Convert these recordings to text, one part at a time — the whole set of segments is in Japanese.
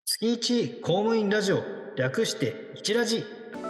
月一公務員ラジオ、略して一ラジ。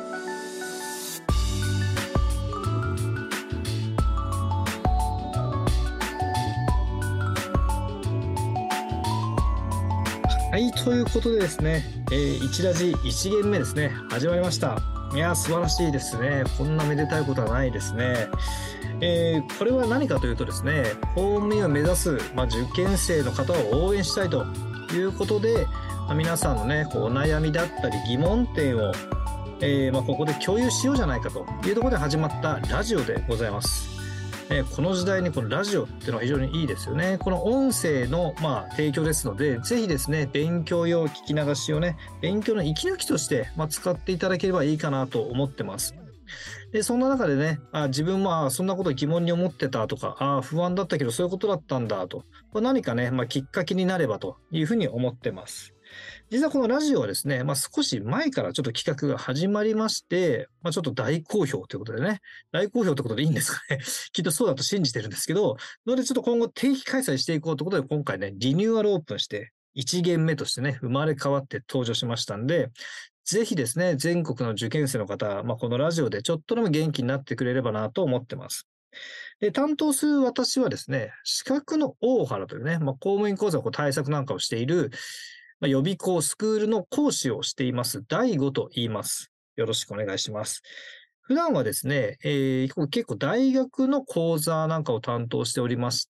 はい、ということでですね、一ラジ1限目ですね、始まりました。いや、素晴らしいですね。こんなめでたいことはないですね。これは何かというとですね、公務員を目指す、受験生の方を応援したいということで、皆さんのね、お悩みだったり疑問点を、ここで共有しようじゃないかというところで始まったラジオでございます。この時代にこのラジオっていうのは非常にいいですよね。この音声の提供ですので、ぜひですね、勉強用聞き流しをね、勉強の息抜きとして使っていただければいいかなと思ってます。で、そんな中でね、自分もそんなこと疑問に思ってたとか、不安だったけどそういうことだったんだと、何かね、きっかけになればというふうに思ってます。実はこのラジオはですね、少し前からちょっと企画が始まりまして、ちょっと大好評ということでね、大好評ということでいいんですかね。きっとそうだと信じてるんですけど、のでちょっと今後定期開催していこうということで、今回ね、リニューアルオープンして、1限目としてね、生まれ変わって登場しましたんで、ぜひですね、全国の受験生の方、このラジオでちょっとでも元気になってくれればなと思ってます。で、担当する私はですね、資格の大原というね、公務員講座の対策なんかをしている、予備校スクールの講師をしています、大悟と言います。よろしくお願いします。普段はですね、結構大学の講座なんかを担当しておりまして、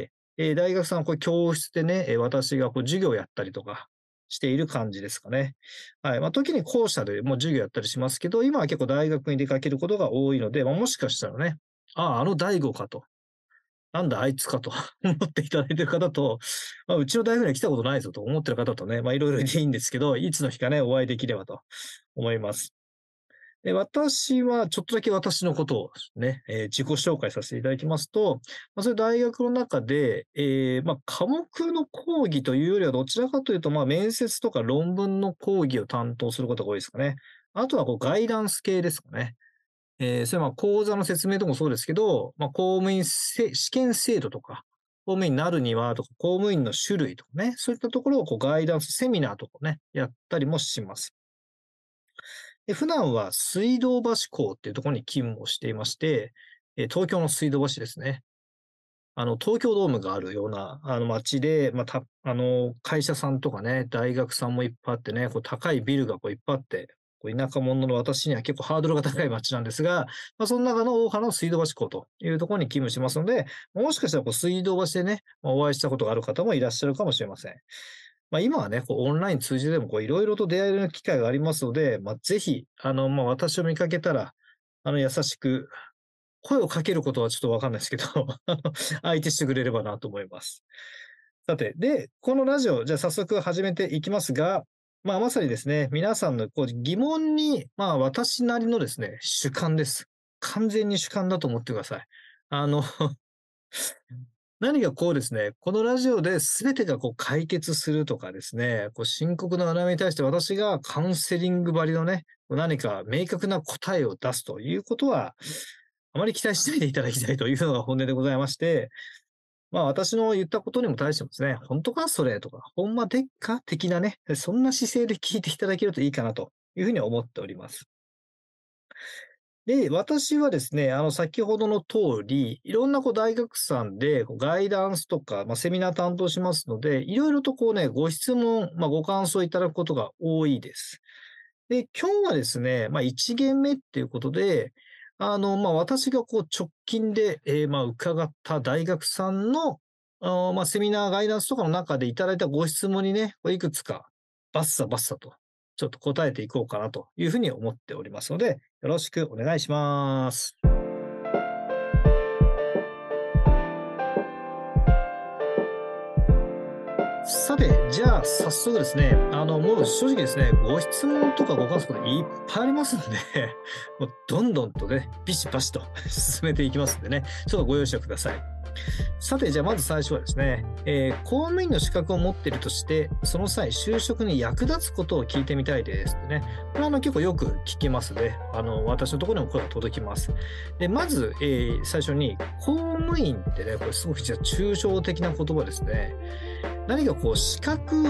大学さんは教室でね、私が授業をやったりとかしている感じですかね。はい。時に校舎でも授業やったりしますけど、今は結構大学に出かけることが多いので、もしかしたらね、あの大悟かと。なんだあいつかと思っていただいている方と、うちの大学には来たことないぞと思っている方とね、いろいろでいいんですけど、いつの日かね、お会いできればと思います。で、私はちょっとだけ私のことをね、自己紹介させていただきますと、そういう大学の中で、科目の講義というよりはどちらかというと、面接とか論文の講義を担当することが多いですかね。あとはガイダンス系ですかね。それは講座の説明とかもそうですけど、公務員試験制度とか、公務員になるにはとか、公務員の種類とかね、そういったところをガイダンスセミナーとかね、やったりもします。で、普段は水道橋校っていうところに勤務をしていまして、東京の水道橋ですね。東京ドームがあるような、街で、会社さんとかね、大学さんもいっぱいあってね、高いビルがいっぱいあって、田舎者の私には結構ハードルが高い街なんですが、その中の大原の水道橋港というところに勤務しますので、もしかしたら水道橋でね、お会いしたことがある方もいらっしゃるかもしれません。今はね、オンライン通じてでもいろいろと出会える機会がありますので、ぜひ、私を見かけたら、優しく声をかけることはちょっとわかんないですけど、相手してくれればなと思います。さて、で、このラジオ、じゃあ早速始めていきますが、まさにですね、皆さんの疑問に、私なりのですね、主観です。完全に主観だと思ってください。あの、何かですね、このラジオで全てが解決するとかですね、深刻なお悩みに対して私がカウンセリングばりのね、何か明確な答えを出すということは、あまり期待しないでいただきたいというのが本音でございまして、私の言ったことにも対してもですね、本当かそれとか、ほんまでっか的なね、そんな姿勢で聞いていただけるといいかなというふうに思っております。で、私はですね、先ほどの通り、いろんな大学さんでガイダンスとか、セミナー担当しますので、いろいろとご質問、ご感想いただくことが多いです。で、今日はですね、1限目っていうことで、私が直近で、伺った大学さんの、セミナーガイダンスとかの中でいただいたご質問にね、いくつかバッサバッサとちょっと答えていこうかなというふうに思っておりますので、よろしくお願いします。さて、じゃあ早速ですね、もう正直ですね、ご質問とかご感想がいっぱいありますんで、もうどんどんとね、ビシバシと進めていきますんでね、ちょっとご容赦ください。さて、じゃあまず最初はですね、公務員の資格を持っているとして、その際、就職に役立つことを聞いてみたいですってね。これは結構よく聞きますね。私のところにも声が届きます。で、まず、最初に、公務員ってね、これすごく実は抽象的な言葉ですね。何か資格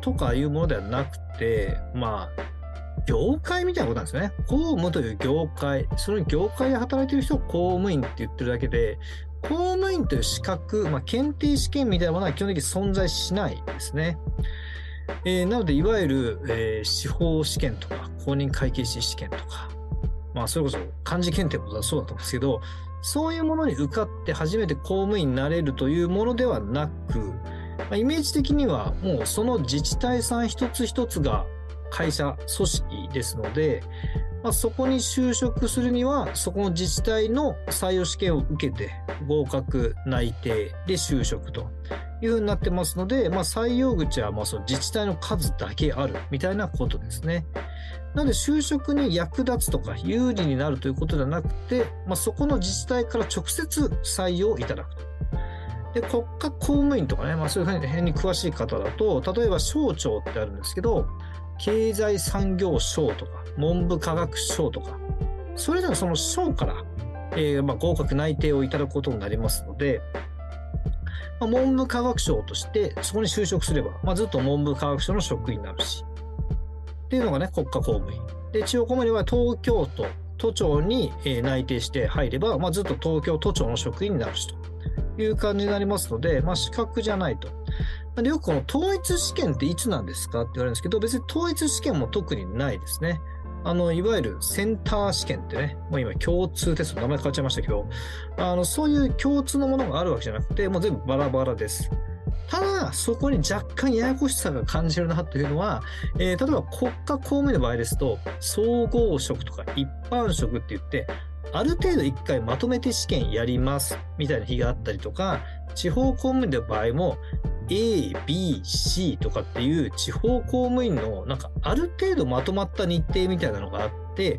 とかいうものではなくて、業界みたいなことなんですよね。公務という業界、その業界で働いている人を公務員って言ってるだけで、公務員という資格、検定試験みたいなものは基本的に存在しないですね。なので、いわゆる、司法試験とか、公認会計士試験とか、それこそ漢字検定もそうだと思うんですけど、そういうものに受かって初めて公務員になれるというものではなく、イメージ的にはもうその自治体さん一つ一つが会社、組織ですので、そこに就職するには、そこの自治体の採用試験を受けて、合格、内定で就職というふうになってますので、採用口はその自治体の数だけあるみたいなことですね。なので、就職に役立つとか有利になるということではなくて、そこの自治体から直接採用いただくと。で、国家公務員とかね、そういう辺に詳しい方だと、例えば省庁ってあるんですけど、経済産業省とか、文部科学省とか、それぞれその省から、合格内定をいただくことになりますので、文部科学省としてそこに就職すれば、ずっと文部科学省の職員になるし、っていうのがね、国家公務員。で、地方公務員は東京都、都庁に内定して入れば、ずっと東京都庁の職員になるしという感じになりますので、資格じゃないと。で、よくこの統一試験っていつなんですかって言われるんですけど、別に統一試験も特にないですね。いわゆるセンター試験ってね、もう今共通テスト、名前変わっちゃいましたけど、そういう共通のものがあるわけじゃなくて、もう全部バラバラです。ただ、そこに若干ややこしさが感じるなというのは、例えば国家公務員の場合ですと、総合職とか一般職って言って、ある程度一回まとめて試験やりますみたいな日があったりとか、地方公務員の場合も A、B、C とかっていう地方公務員のある程度まとまった日程みたいなのがあって、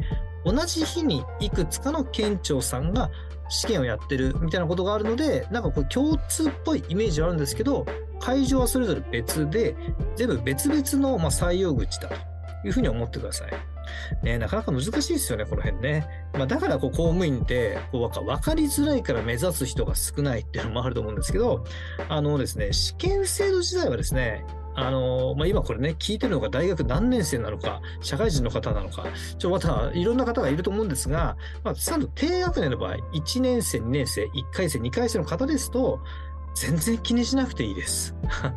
同じ日にいくつかの県庁さんが試験をやってるみたいなことがあるので、これ共通っぽいイメージはあるんですけど、会場はそれぞれ別で、全部別々の採用口だというふうに思ってください。なかなか難しいですよね、この辺ね。だから公務員って分かりづらいから目指す人が少ないっていうのもあると思うんですけど、ですね、試験制度自体はですね、今これね、聞いてるのが大学何年生なのか、社会人の方なのか、またいろんな方がいると思うんですが、ちゃんと低学年の場合、1年生、2年生、1回生、2回生の方ですと、全然気にしなくていいです。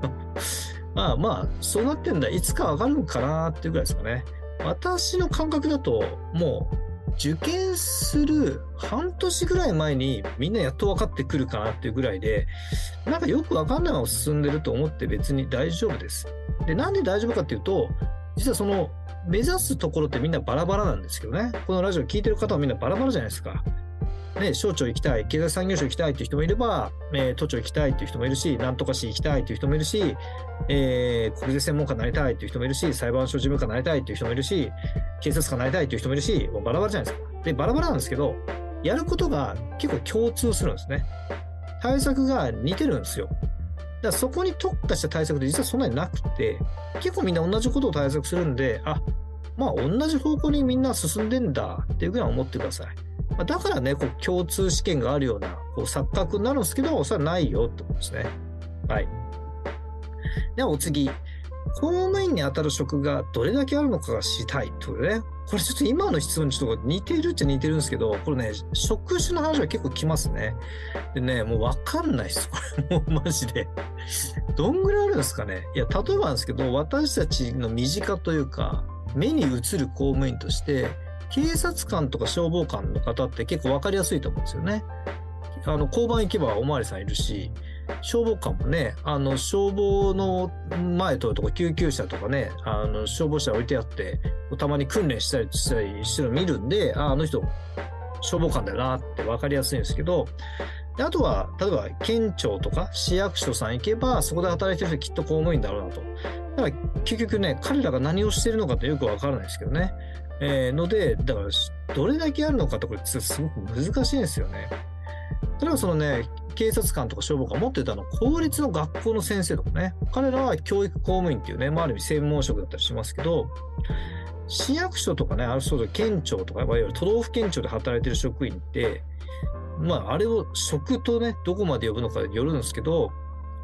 そうなってんだ、いつかわかるのかなっていうぐらいですかね。私の感覚だと、もう、受験する半年ぐらい前にみんなやっと分かってくるかなっていうぐらいで、よく分かんないまま進んでると思って別に大丈夫です。で、なんで大丈夫かっていうと、実はその、目指すところってみんなバラバラなんですけどね。このラジオ聞いてる方はみんなバラバラじゃないですか。ね、省庁行きたい、経済産業省行きたいっていう人もいれば、都庁行きたいっていう人もいるし、なんとか市行きたいっていう人もいるし、国税専門家になりたいっていう人もいるし、裁判所事務官になりたいっていう人もいるし、警察官になりたいっていう人もいるし、もうバラバラじゃないですか。で、バラバラなんですけど、やることが結構共通するんですね。対策が似てるんですよ。だからそこに特化した対策って実はそんなになくて、結構みんな同じことを対策するんで、同じ方向にみんな進んでんだっていうぐらい思ってください。だからね、共通試験があるような錯覚になるんですけど、それはないよってことですね。はい。ではお次。公務員に当たる職がどれだけあるのかが知りたいってことでね。これちょっと今の質問にちょっと似てるっちゃ似てるんですけど、これね、職種の話は結構来ますね。でね、もうわかんないです。これもうマジで。どんぐらいあるんですかね。いや、例えばなんですけど、私たちの身近というか、目に映る公務員として、警察官とか消防官の方って結構わかりやすいと思うんですよね。交番行けばおまわりさんいるし、消防官もね、消防の前通るとか救急車とかね、消防車置いてあって、たまに訓練したりしてるの見るんで、あの人、消防官だよなってわかりやすいんですけど、であとは、例えば県庁とか市役所さん行けば、そこで働いてる人きっと公務員だろうなと。だから結局ね、彼らが何をしてるのかってよくわからないですけどね。ので、だから、どれだけあるのかってこれすごく難しいんですよね。例えばそのね、警察官とか消防官持ってた公立の学校の先生とかね、彼らは教育公務員っていうね、ある意味専門職だったりしますけど、市役所とかね、県庁とか、いわゆる都道府県庁で働いてる職員って、あれを職とね、どこまで呼ぶのかによるんですけど、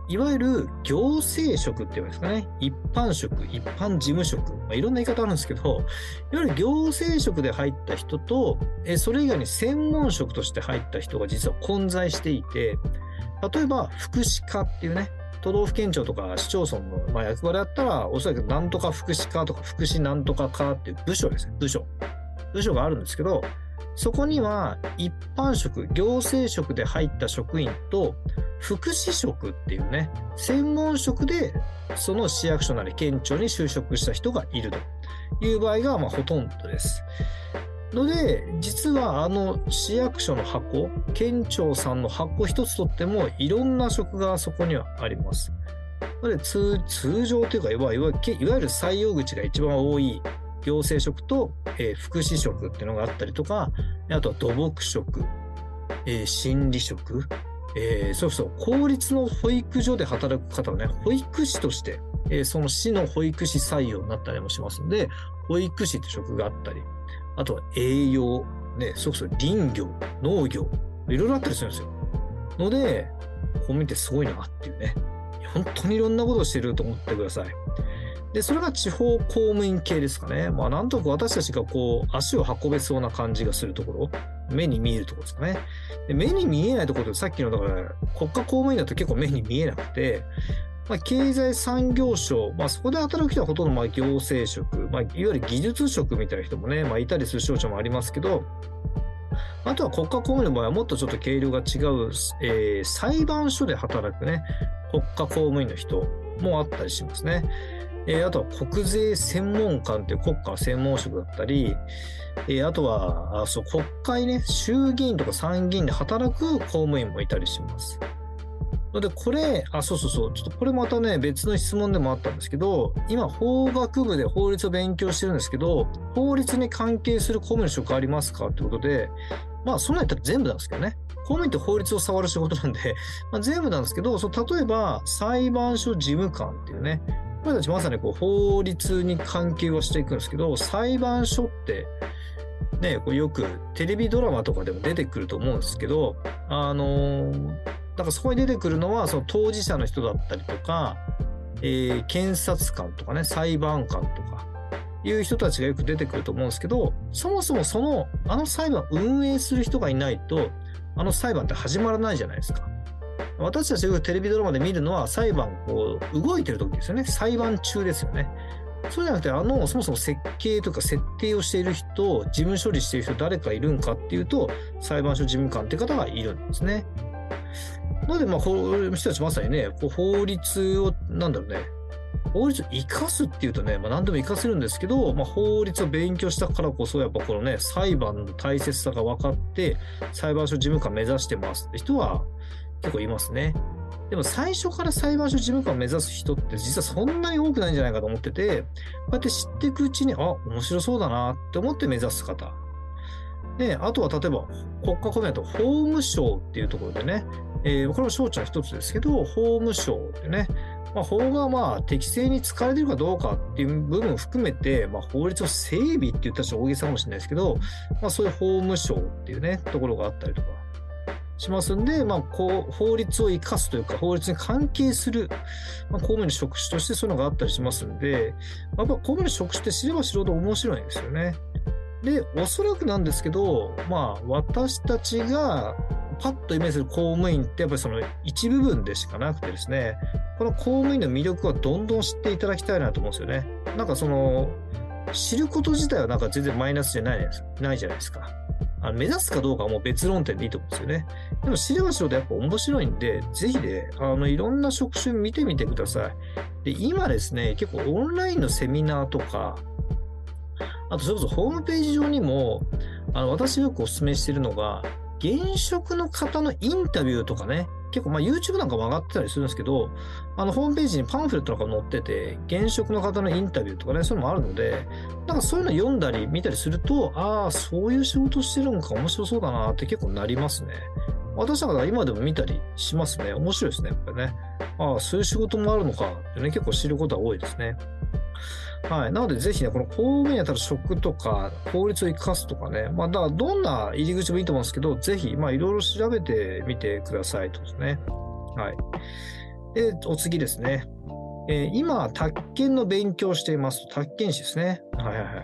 いわゆる行政職っていうんですかね。一般職、一般事務職。いろんな言い方あるんですけど、いわゆる行政職で入った人と、それ以外に専門職として入った人が実は混在していて、例えば福祉課っていうね、都道府県庁とか市町村の役割だったら、おそらくなんとか福祉課とか福祉なんとか課っていう部署ですね。部署があるんですけど、そこには一般職、行政職で入った職員と、福祉職っていうね、専門職でその市役所なり県庁に就職した人がいるという場合がほとんどです。ので、実は市役所の箱、県庁さんの箱一つとってもいろんな職がそこにはあります。なので通常というか、いわゆる採用口が一番多い行政職と、福祉職っていうのがあったりとか、あとは土木職、心理職、そう公立の保育所で働く方はね、保育士として、その市の保育士採用になったりもしますので、保育士って職があったり、あとは栄養、ね、林業、農業、いろいろあったりするんですよ。ので、こう見てすごいなっていうね、本当にいろんなことをしてると思ってください。で、それが地方公務員系ですかね。なんとなく私たちが足を運べそうな感じがするところ、目に見えるところですかね。で、目に見えないところってさっきのだから国家公務員だと結構目に見えなくて、経済産業省、そこで働く人はほとんど行政職、いわゆる技術職みたいな人もね、いたりする省庁もありますけど、あとは国家公務員の場合はもっとちょっと軽量が違う、裁判所で働くね、国家公務員の人もあったりしますね。あとは国税専門官という国家の専門職だったり、あとは国会ね、衆議院とか参議院で働く公務員もいたりします。のでこれ、ちょっとこれまたね、別の質問でもあったんですけど、今法学部で法律を勉強してるんですけど、法律に関係する公務員の職ありますかってことで、そんなんやったら全部なんですけどね。公務員って法律を触る仕事なんで、全部なんですけど、例えば裁判所事務官っていうね、これたちまさに法律に関係はしていくんですけど、裁判所ってね、よくテレビドラマとかでも出てくると思うんですけど、だからそこに出てくるのはその当事者の人だったりとか、検察官とかね、裁判官とかいう人たちがよく出てくると思うんですけど、そもそもあの裁判を運営する人がいないと、あの裁判って始まらないじゃないですか。私たちがテレビドラマで見るのは裁判動いてる時ですよね。裁判中ですよね。そうじゃなくて、そもそも設計とか設定をしている人、事務処理している人誰かいるんかっていうと、裁判所事務官っていう方がいるんですね。なので、こういう人たちまさにね、法律を、法律を生かすっていうとね、何でも生かせるんですけど、法律を勉強したからこそ、やっぱこのね、裁判の大切さが分かって、裁判所事務官目指してますって人は結構いますね。でも最初から裁判所事務官を目指す人って実はそんなに多くないんじゃないかと思ってて、こうやって知っていくうちに、面白そうだなって思って目指す方。で、あとは例えば国家公務員だと法務省っていうところでね、これも省庁の一つですけど、法務省ってね、法が適正に使われているかどうかっていう部分を含めて、法律を整備って言ったら大げさかもしれないですけど、そういう法務省っていうね、ところがあったりとかしますんで、法律を生かすというか、法律に関係する、公務員の職種としてそういうのがあったりしますんで、やっぱ公務員の職種って知れば知るほど面白いんですよね。で、おそらくなんですけど、私たちがパッとイメージする公務員ってやっぱりその一部分でしかなくてですね、この公務員の魅力はどんどん知っていただきたいなと思うんですよね。知ること自体は全然マイナスじゃないじゃないですか。目指すかどうかはもう別論点でいいと思うんですよね。でも知れば知るほどやっぱ面白いんで、ぜひね、いろんな職種見てみてください。で、今ですね、結構オンラインのセミナーとか、あとそれこそホームページ上にも、私がよくお勧めしているのが、現職の方のインタビューとかね、結構YouTube なんかも上がってたりするんですけど、ホームページにパンフレットなんか載ってて、現職の方のインタビューとかね、そういうのもあるので、そういうの読んだり見たりすると、そういう仕事してるのか面白そうだなって結構なりますね。私なんか今でも見たりしますね。面白いですね、やっぱりね。そういう仕事もあるのかってね、結構知ることは多いですね。はい。なので、ぜひね、この公務員やったら職とか、法律を生かすとかね、だからどんな入り口もいいと思うんですけど、ぜひ、いろいろ調べてみてくださいとですね。はい。 で、お次ですね。今、宅建の勉強をしています。宅建士ですね。はいはいはい。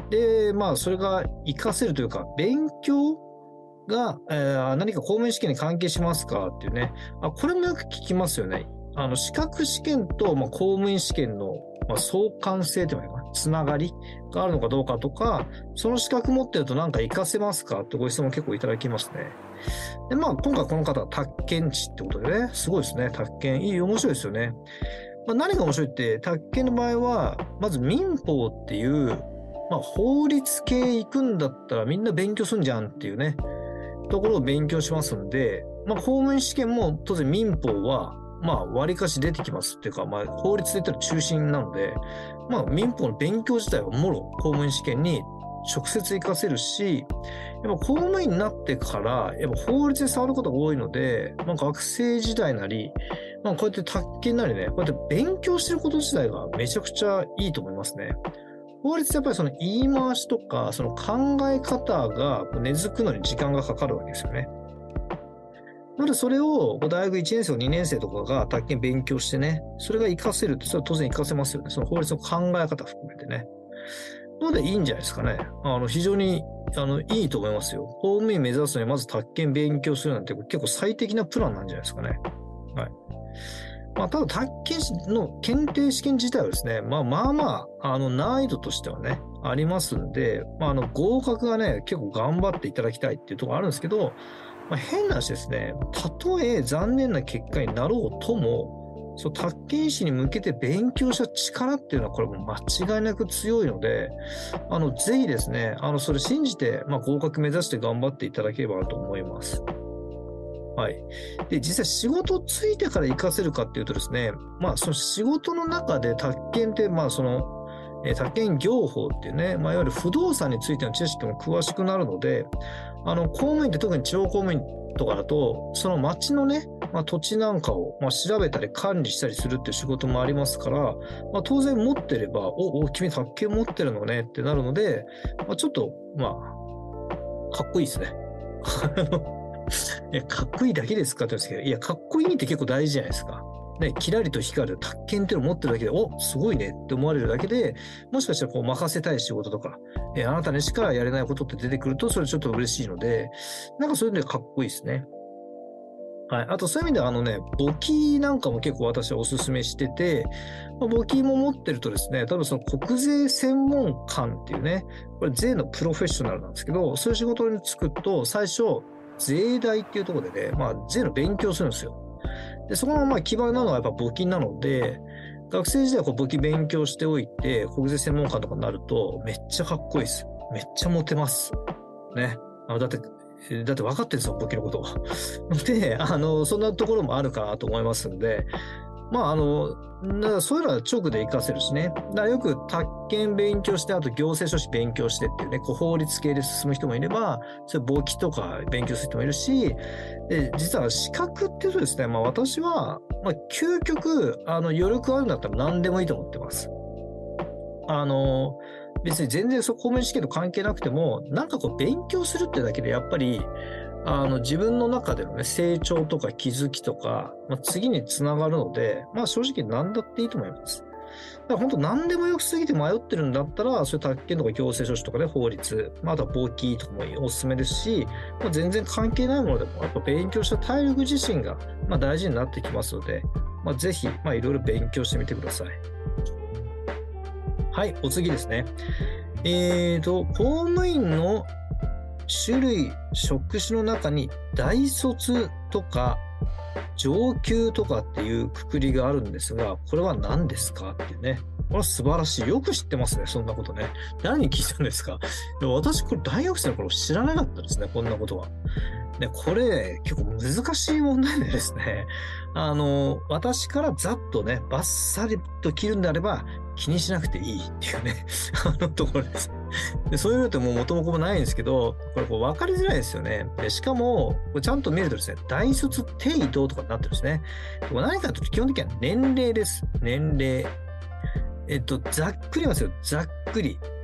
で、まあ、それが活かせるというか、勉強が、何か公務員試験に関係しますかっていうね。これもよく聞きますよね。資格試験と、まあ、公務員試験の、まあ、相関性というか、つながりがあるのかどうかとか、その資格持ってると何か活かせますかってご質問結構いただきますね。で、まあ、今回この方は宅建士ってことでね、すごいですね。宅建、面白いですよね。まあ、何が面白いって、宅建の場合は、まず民法っていう、まあ、法律系行くんだったらみんな勉強すんじゃんっていうね、ところを勉強しますんで、まあ、公務員試験も当然民法は、まあ、割かし出てきますっていうか、まあ、法律で言ったら中心なので、まあ、民法の勉強自体はもろ公務員試験に直接活かせるし、やっぱ公務員になってから、やっぱ法律で触ることが多いので、まあ、学生時代なり、まあ、こうやって宅建なりね、こうやって勉強してること自体がめちゃくちゃいいと思いますね。法律ってやっぱりその言い回しとか、その考え方が根付くのに時間がかかるわけですよね。なのでそれを大学1年生、2年生とかが宅建勉強してね、それが活かせるって、それは当然活かせますよね。その法律の考え方含めてね。なのでいいんじゃないですかね。非常に、いいと思いますよ。公務員目指すのにまず宅建勉強するなんて結構最適なプランなんじゃないですかね。はい。まあ、ただ、宅建の検定試験自体はですね、まあ、難易度としてはね、ありますんで、まあ、合格がね、結構頑張っていただきたいっていうところあるんですけど、まあ、変な話ですね、たとえ残念な結果になろうとも、そう、宅建士に向けて勉強した力っていうのは、これも間違いなく強いので、ぜひですね、それ信じて、まあ、合格目指して頑張っていただければと思います。はい。で、実際仕事ついてから活かせるかっていうとですね、まあ、その仕事の中で宅建って、まあ、宅建業法っていうね、まあ、いわゆる不動産についての知識も詳しくなるので、公務員って特に地方公務員とかだと、その町のね、まあ、土地なんかを、まあ、調べたり管理したりするっていう仕事もありますから、まあ、当然持ってれば、君宅建持ってるのねってなるので、まあ、ちょっと、まあ、かっこいいですね。かっこいいだけですかって言うんですけど、いや、かっこいいって結構大事じゃないですか。ね、キラリと光る宅建っていうのを持ってるだけで、すごいねって思われるだけで、もしかしたらこう任せたい仕事とか、あなたにしかやれないことって出てくると、それちょっと嬉しいので、なんかそういうのでかっこいいですね。はい。あとそういう意味では簿記なんかも結構私はお勧めしてて、まあ、簿記も持ってるとですね、多分その国税専門官っていうね、これ税のプロフェッショナルなんですけど、そういう仕事に就くと、最初、税大っていうところでね、まあ税の勉強するんですよ。で、そこのまあ基盤なのはやっぱ簿記なので、学生時代はこう簿記勉強しておいて、国税専門官とかになると、めっちゃかっこいいです。めっちゃモテます。ね。だって分かってるんですよ、簿記のことは。で、そんなところもあるかなと思いますんで、まあ、だからそういうのは直で活かせるしね。だからよく宅建勉強して、あと行政書士勉強してっていうね、こう法律系で進む人もいれば、それ簿記とか勉強する人もいるし、で、実は資格っていうとですね、まあ私は、まあ究極、余力あるんだったら何でもいいと思ってます。別に全然公務員試験と関係なくても、なんかこう勉強するってだけでやっぱり、自分の中でのね、成長とか気づきとか、まあ、次につながるので、まあ正直何だっていいと思います。だから本当何でもよくすぎて迷ってるんだったら、そういう宅建とか行政書士とかで法律、まあ、あとは簿記とかもおすすめですし、まあ、全然関係ないものでも、やっぱ勉強した体力自身が、まあ、大事になってきますので、まあ、ぜひ、まあ、いろいろ勉強してみてください。はい、お次ですね。公務員の種類、職種の中に大卒とか上級とかっていうくくりがあるんですが、これは何ですかっていうね。これは素晴らしい。よく知ってますね、そんなことね。誰に聞いたんですか？私、これ大学生の頃知らなかったですね、こんなことは。で、これ、結構難しい問題でですね、私からざっとね、バッサリと切るんであれば、気にしなくていいっていうね、ところです。で、そういうのってもう元も子もないんですけど、これ分かりづらいですよね。で、しかも、これちゃんと見るとですね、大卒程度とかになってるんですね。これ何かというと基本的には年齢です。年齢。ざっくり言いますよ。ざっくり。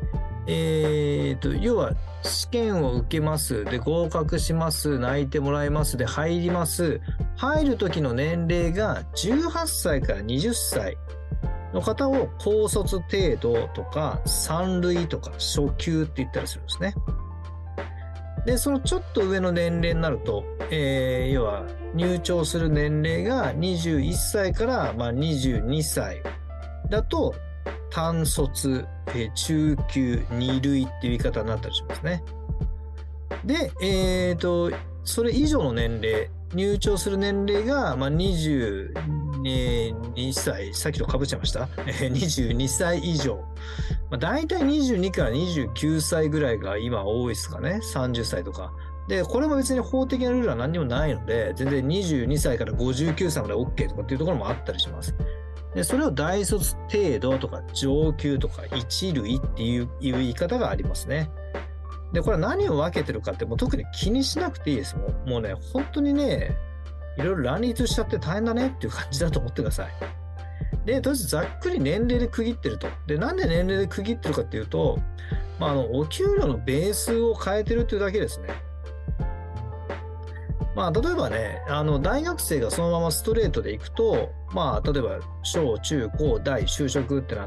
要は試験を受けます。で、合格します。泣いてもらいます。で、入ります。入る時の年齢が18歳から20歳の方を高卒程度とか3類とか初級って言ったりするんですね。で、そのちょっと上の年齢になると、要は入庁する年齢が21歳から22歳だと単卒、中級、2類っていう言い方になったりしますね。で、それ以上の年齢、入庁する年齢が、22歳、さっきと被っちゃいました。22歳以上。だいたい22から29歳ぐらいが今多いですかね。30歳とか。で、これも別に法的なルールは何にもないので、全然22歳から59歳まで OK とかっていうところもあったりします。で、それを大卒程度とか上級とか一類っていう言い方がありますね。で、これは何を分けてるかってもう特に気にしなくていいです。もうね、本当にね、いろいろ乱立しちゃって大変だねっていう感じだと思ってください。で、とりあえずざっくり年齢で区切ってると。で、なんで年齢で区切ってるかっていうと、お給料のベースを変えてるっていうだけですね。例えばね、大学生がそのままストレートで行くと、例えば、小、中、高、大、就職ってなって、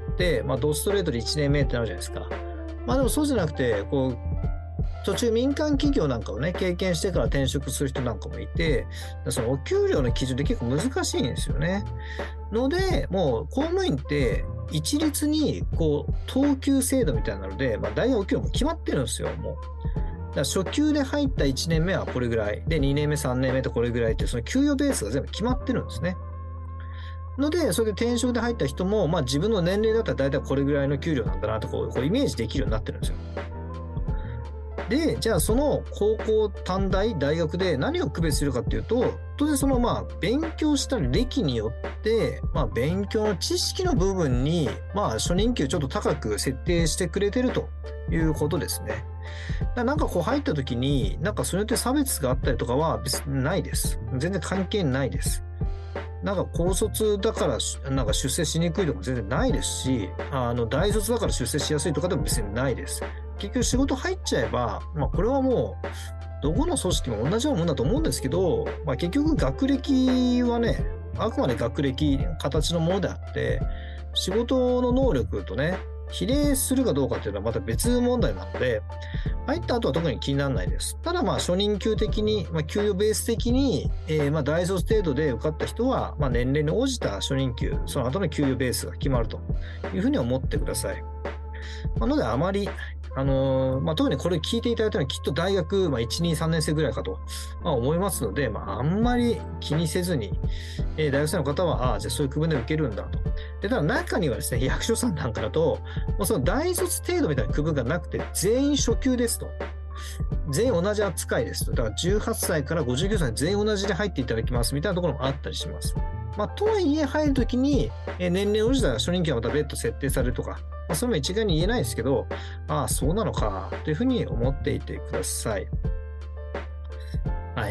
ドストレートで1年目ってなるじゃないですか。でもそうじゃなくて、途中民間企業なんかをね、経験してから転職する人なんかもいて、そのお給料の基準って結構難しいんですよね。ので、もう公務員って一律に等級制度みたいなので、大体お給料も決まってるんですよ、もう。だから初級で入った1年目はこれぐらい。で、2年目、3年目とこれぐらいって、その給与ベースが全部決まってるんですね。ので、それで転職で入った人も、自分の年齢だったら大体これぐらいの給料なんだなとイメージできるようになってるんですよ。で、じゃあその高校、短大、大学で何を区別するかっていうと、当然その勉強した歴によって、勉強の知識の部分に、初任給ちょっと高く設定してくれてるということですね。なんか入った時に、なんかそれによって差別があったりとかは別にないです。全然関係ないです。なんか高卒だからなんか出世しにくいとか全然ないですし、大卒だから出世しやすいとかでも別にないです。結局仕事入っちゃえば、これはもうどこの組織も同じようなもんだと思うんですけど、結局学歴はね、あくまで学歴形のものであって、仕事の能力とね、比例するかどうかっていうのはまた別問題なので、入った後は特に気にならないです。ただ初任給的に、給与ベース的に、大卒程度で受かった人は、年齢に応じた初任給、その後の給与ベースが決まるというふうに思ってください。なのであまり、特にこれ聞いていただいたのはきっと大学、1、2、3年生ぐらいかと、思いますので、あんまり気にせずに、大学生の方は、じゃあそういう区分で受けるんだと。で、ただ中にはですね、役所さんなんかだと、もうその大卒程度みたいな区分がなくて、全員初級ですと。全員同じ扱いですと。だから18歳から59歳全員同じで入っていただきますみたいなところもあったりします。とはいえ入るときに、年齢を応じた初任給はまた別途設定されるとか、それも一概に言えないですけど、そうなのかというふうに思っていてください。はい。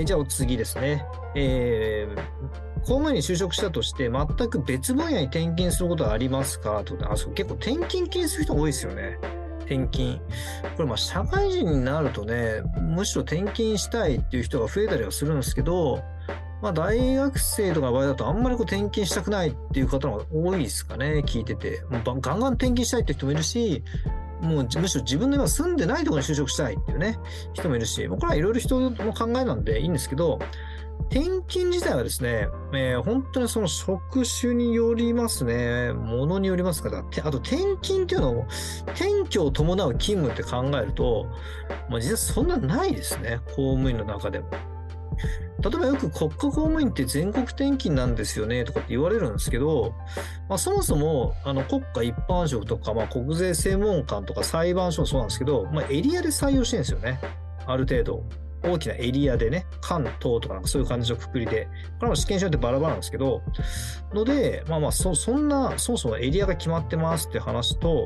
じゃあお次ですね。公務員に就職したとして、全く別分野に転勤することはありますかと。結構転勤気にする人多いですよね。転勤。これ社会人になるとね、むしろ転勤したいっていう人が増えたりはするんですけど、大学生とかの場合だとあんまり転勤したくないっていう方が多いですかね、聞いてて。ガンガン転勤したいって人もいるし、もうむしろ自分の今住んでないところに就職したいっていうね、人もいるし、これはいろいろ人の考えなんでいいんですけど、転勤自体はですね、本当にその職種によりますね、ものによりますから、あと転勤っていうのを転居を伴う勤務って考えると、実はそんなないですね、公務員の中でも。例えばよく国家公務員って全国転勤なんですよねとかって言われるんですけど、そもそも国家一般職とか、国税専門官とか裁判所もそうなんですけど、エリアで採用してるんですよね。ある程度。大きなエリアでね、関東とかなんかそういう感じのくくりで、これも試験書ってバラバラなんですけど、ので、そんな、そもそもエリアが決まってますって話と、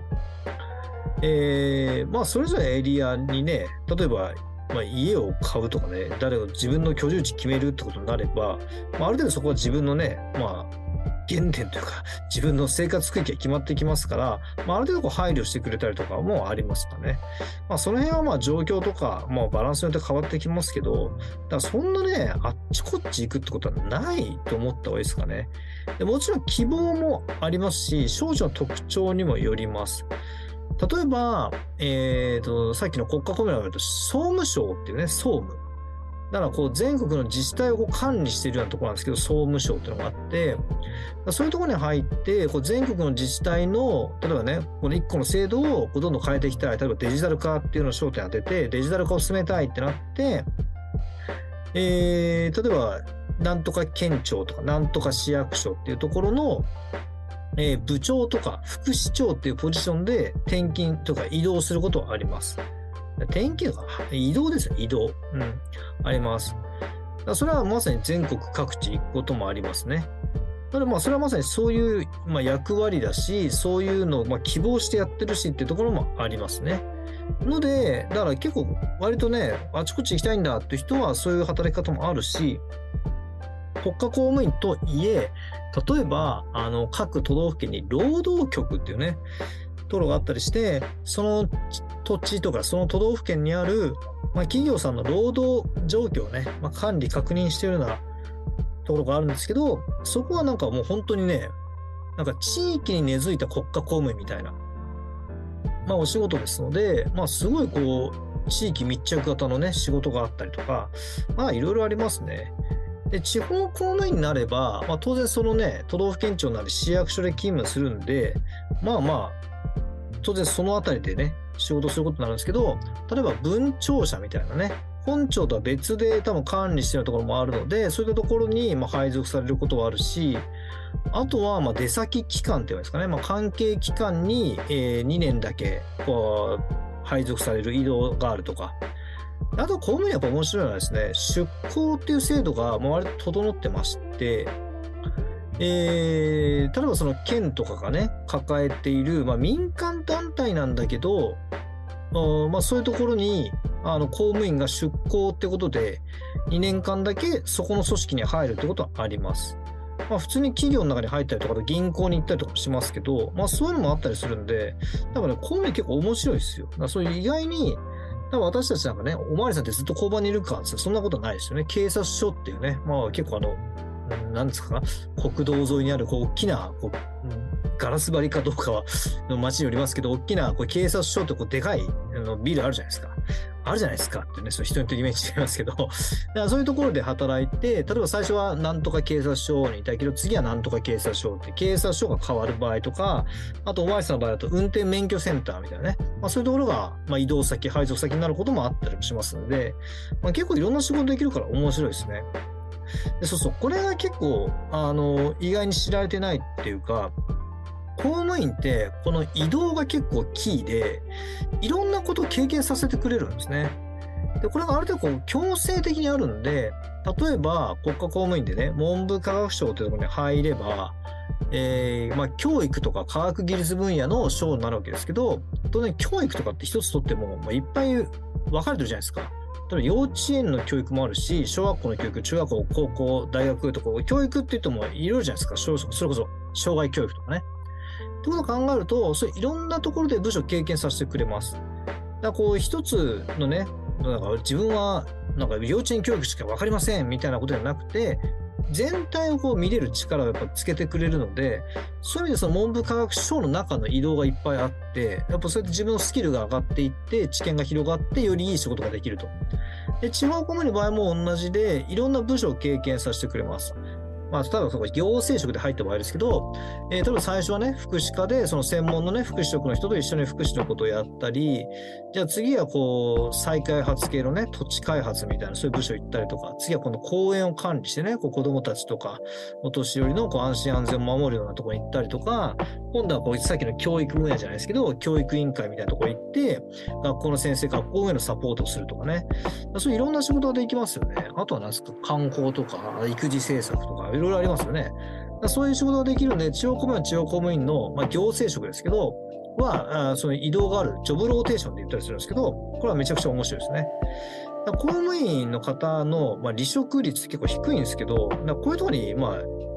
それぞれエリアにね、例えば、家を買うとかね、誰が自分の居住地決めるってことになれば、ある程度そこは自分のね、 原点というか、自分の生活区域が決まってきますから、ある程度こう配慮してくれたりとかもありますかね。その辺は状況とか、バランスによって変わってきますけど、だからそんなね、あっちこっち行くってことはないと思った方がいいですかね。でもちろん希望もありますし、少女の特徴にもよります。例えば、さっきの国家公務員を見ると、総務省っていうね、総務。だから全国の自治体を管理しているようなところなんですけど、総務省っていうのがあって、そういうところに入って、全国の自治体の、例えばね、この1個の制度をどんどん変えていきたい。例えばデジタル化っていうのを焦点当てて、デジタル化を進めたいってなって、例えば、なんとか県庁とか、なんとか市役所っていうところの、部長とか副市長っていうポジションで転勤とか移動することはあります。転勤とか移動ですよ、移動。あります。それはまさに全国各地行くこともありますね。それはまさにそういう、役割だし、そういうのを希望してやってるしっていうところもありますね。ので、だから結構割とね、あちこち行きたいんだっていう人はそういう働き方もあるし、国家公務員といえ、例えば、各都道府県に労働局っていうね、ところがあったりして、その土地とかその都道府県にある、企業さんの労働状況をね、管理確認しているようなところがあるんですけど、そこはなんかもう本当にね、なんか地域に根付いた国家公務員みたいな、お仕事ですので、すごい地域密着型のね、仕事があったりとか、いろいろありますね。で、地方公務員になれば、当然そのね、都道府県庁なり市役所で勤務するんで、当然そのあたりでね、仕事することになるんですけど、例えば分庁舎みたいなね、本庁とは別で多分管理してるところもあるので、そういったところに配属されることはあるし、あとは出先機関っていうんですかね、関係機関に2年だけ配属される移動があるとか、あと公務員やっぱ面白いのはですね、出向っていう制度が割と整ってまして、例えばその県とかがね、抱えている、民間団体なんだけど、そういうところに公務員が出向ってことで、2年間だけそこの組織に入るってことはあります。普通に企業の中に入ったりとか、銀行に行ったりとかもしますけど、そういうのもあったりするんで、だからね、公務員結構面白いですよ。だからそういう意外に、多分私たちなんかね、おまわりさんってずっと交番にいるかってそんなことないですよね。警察署っていうね、結構なんですか、国道沿いにある大きなガラス張りかどうかはの街によりますけど、大きな警察署ってでかいビルあるじゃないですか。あるじゃないですかってね、その人によってイメージ違いますけど、だからそういうところで働いて、例えば最初はなんとか警察署にいたけど、次はなんとか警察署って、警察署が変わる場合とか、あとおまわりさんの場合だと運転免許センターみたいなね、そういうところが移動先、配属先になることもあったりもしますので、結構いろんな仕事できるから面白いですね。で、そうそう、これが結構、意外に知られてないっていうか、公務員って、この移動が結構キーで、いろんなことを経験させてくれるんですね。で、これがある程度強制的にあるんで、例えば国家公務員でね、文部科学省というところに入れば、教育とか科学技術分野の省になるわけですけど、当然教育とかって一つとっても、いっぱい分かれてるじゃないですか。例えば幼稚園の教育もあるし、小学校の教育、中学校、高校、大学とか、教育って言ってもいろいろじゃないですか。それこそ、障害教育とかね。ってことを考えると、それいろんなところで部署経験させてくれます。だから一つのね、なんか自分はなんか幼稚園教育しか分かりませんみたいなことじゃなくて、全体を見れる力をやっぱつけてくれるので、そういう意味でその文部科学省の中の移動がいっぱいあって、やっぱそうやって自分のスキルが上がっていって、知見が広がって、よりいい仕事ができると。で、地方公務員の場合も同じで、いろんな部署を経験させてくれます。例えばそこ行政職で入った場合ですけど、例えば最初はね、福祉課でその専門のね、福祉職の人と一緒に福祉のことをやったり、じゃあ次は再開発系のね、土地開発みたいなそういう部署行ったりとか、次はこの公園を管理してね、子供たちとか、お年寄りの安心安全を守るようなところに行ったりとか、今度はさっきの教育分野じゃないですけど、教育委員会みたいなところに行って、学校の先生、学校へのサポートをするとかね、そういういろんな仕事ができますよね。あとは何ですか、観光とか、育児政策とか、いろいろありますよね。そういう仕事ができるんで、地方公務員は地方公務員の、行政職ですけど、その移動がある、ジョブローテーションで言ったりするんですけど、これはめちゃくちゃ面白いですね。公務員の方の、離職率結構低いんですけど、こういうところに、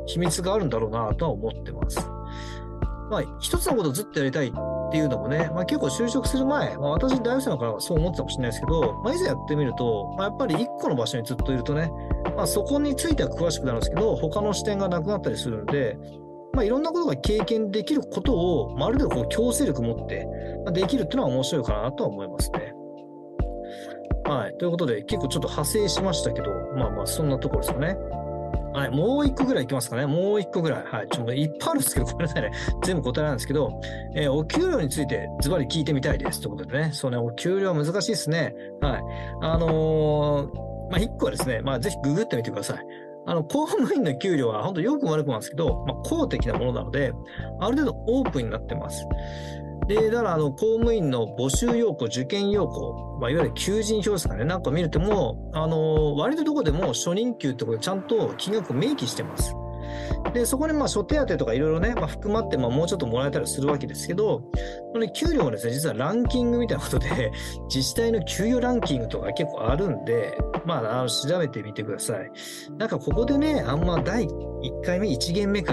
秘密があるんだろうなとは思ってます。まあ、一つのことをずっとやりたいっていうのもね、まあ、結構就職する前、まあ、私大学生の頃はそう思ってたかもしれないですけど、まあ、いざやってみると、まあ、やっぱり一個の場所にずっといるとね、まあ、そこについては詳しくなるんですけど、他の視点がなくなったりするんで、まあ、いろんなことが経験できることを、まあ、ある程度こう強制力持って、まあ、できるっていうのは面白いかなとは思いますね。はい。ということで、結構ちょっと派生しましたけど、まあまあ、そんなところですかね。はい。もう一個ぐらいいきますかね。もう一個ぐらい。はい。ちょっといっぱいあるんですけど、ごめんなさいね。全部答えなんですけど、お給料についてズバリ聞いてみたいです。ということでね。そうね、お給料難しいですね。はい。まあ、一個はですね、まあ、ぜひググってみてください。公務員の給料は本当よくも悪くもなんですけど、まあ、公的なものなので、ある程度オープンになってます。で、だから公務員の募集要項、受験要項、まあ、いわゆる求人票ですかね、なんか見るとも、割とどこでも初任給ってことでちゃんと金額を明記してます。で、そこにまあ諸手当とかいろいろね、まあ、含まってまあもうちょっともらえたりするわけですけど、これ給料もですね、実はランキングみたいなことで、自治体の給与ランキングとか結構あるんで、まあ、調べてみてください。なんかここでね、あんま第1回目、1限目から、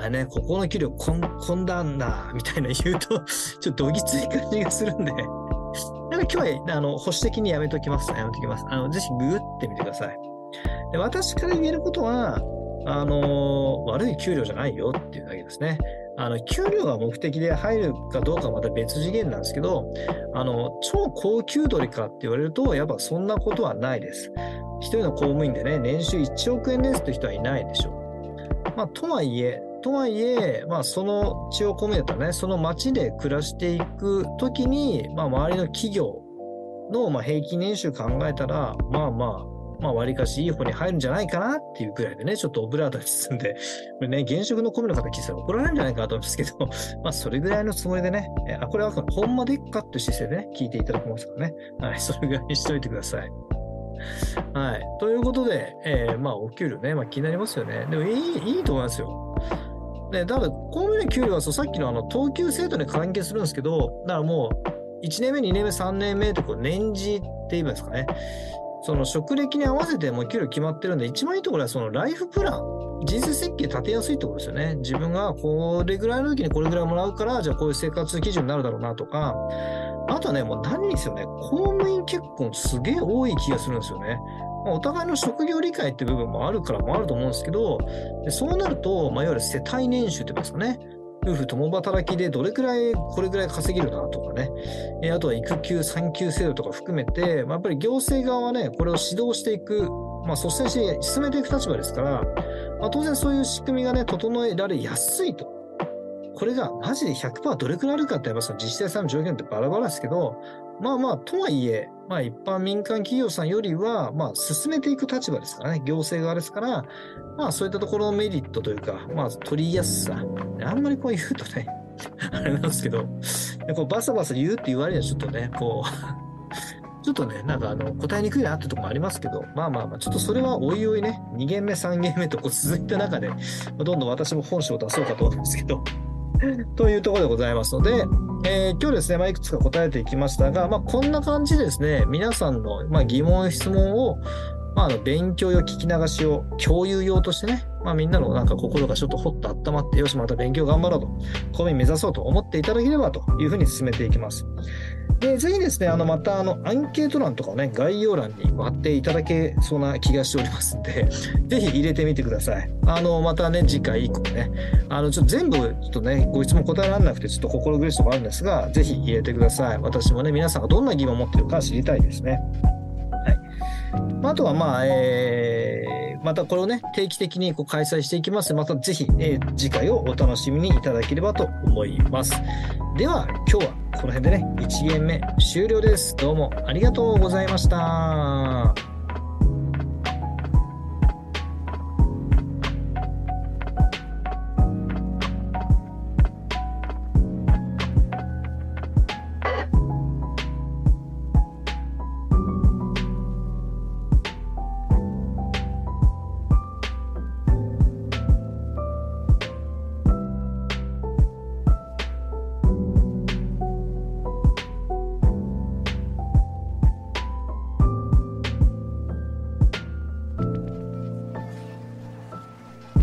ね、ここの給料こんだんだ、みたいな言うと、ちょっとどぎつい感じがするんで、なんか今日は、保守的にやめときます。やめときます。ぜひググってみてください。で、私から言えることは、悪い給料じゃないよっていうだけですね。給料が目的で入るかどうかはまた別次元なんですけど、超高給取りかって言われると、やっぱそんなことはないです。一人の公務員でね、年収1億円ですって人はいないでしょう。まあ、とはいえ、まあ、その地方公務員だったらね、その町で暮らしていくときに、まあ、周りの企業のまあ平均年収考えたら、まあ、割かしいい方に入るんじゃないかなっていうくらいでね、ちょっとオブラートに包んで、これね、現職の公務員の方聞いたら怒られるんじゃないかなと思うんですけど、まあ、それぐらいのつもりでね、これはほんまでっかっていう姿勢でね、聞いていただきますからね。はい、それぐらいにしておいてください。はい。ということで、まあ、お給料ね、まあ、気になりますよね。でもいいと思いますよ。で、だから、公務員の給料はさっきの等級制度に関係するんですけど、だからもう、1年目、2年目、3年目とこう年次って言いますかね。その職歴に合わせてもう給料決まってるんで、一番いいところはそのライフプラン、人生設計立てやすいところですよね。自分がこれぐらいの時にこれぐらいもらうから、じゃあこういう生活基準になるだろうなとか、あとはね、もう何にせよね、公務員結婚すげえ多い気がするんですよね。まあ、お互いの職業理解って部分もあるからもあると思うんですけど、でそうなると、まあ、いわゆる世帯年収って言いますかね。夫婦共働きでどれくらい、これぐらい稼げるなとかね。あとは育休、産休制度とか含めて、まあ、やっぱり行政側はね、これを指導していく、まあ、率先して進めていく立場ですから、まあ、当然そういう仕組みがね、整えられやすいと。これがマジで 100% どれくらいあるかってやっぱその自治体さんの条件ってバラバラですけど、まあ、とはいえ、まあ一般民間企業さんよりは、まあ進めていく立場ですからね、行政側ですから、まあそういったところのメリットというか、まあ取りやすさ。あんまりこう言うとね、あれなんですけど、こうバサバサ言うって言われるのはちょっとね、こう、ちょっとね、なんか答えにくいなってところもありますけど、まあ、ちょっとそれはおいおいね、2限目、3限目とこう続いた中で、どんどん私も本性を出そうかと思うんですけど、というところでございますので、今日ですね、まあ、いくつか答えていきましたが、まあ、こんな感じでですね、皆さんの、まあ、疑問、質問を、まあ、勉強用、聞き流しを共有用としてね、まあ、みんなのなんか心がちょっとほっと温まって、よし、また勉強頑張ろうと、公務員目指そうと思っていただければというふうに進めていきます。で、ぜひですね、またアンケート欄とかをね、概要欄に貼っていただけそうな気がしておりますんで、ぜひ入れてみてください。またね、次回以降ね、ちょっと全部、ちょっとね、ご質問答えられなくて、ちょっと心苦しいところあるんですが、ぜひ入れてください。私もね、皆さんがどんな疑問を持っているか知りたいですね。はい。あとは、まあ、またこれをね、定期的にこう開催していきますので、またぜひ、次回をお楽しみにいただければと思います。では、今日はこの辺でね、1限目終了です。どうもありがとうございました。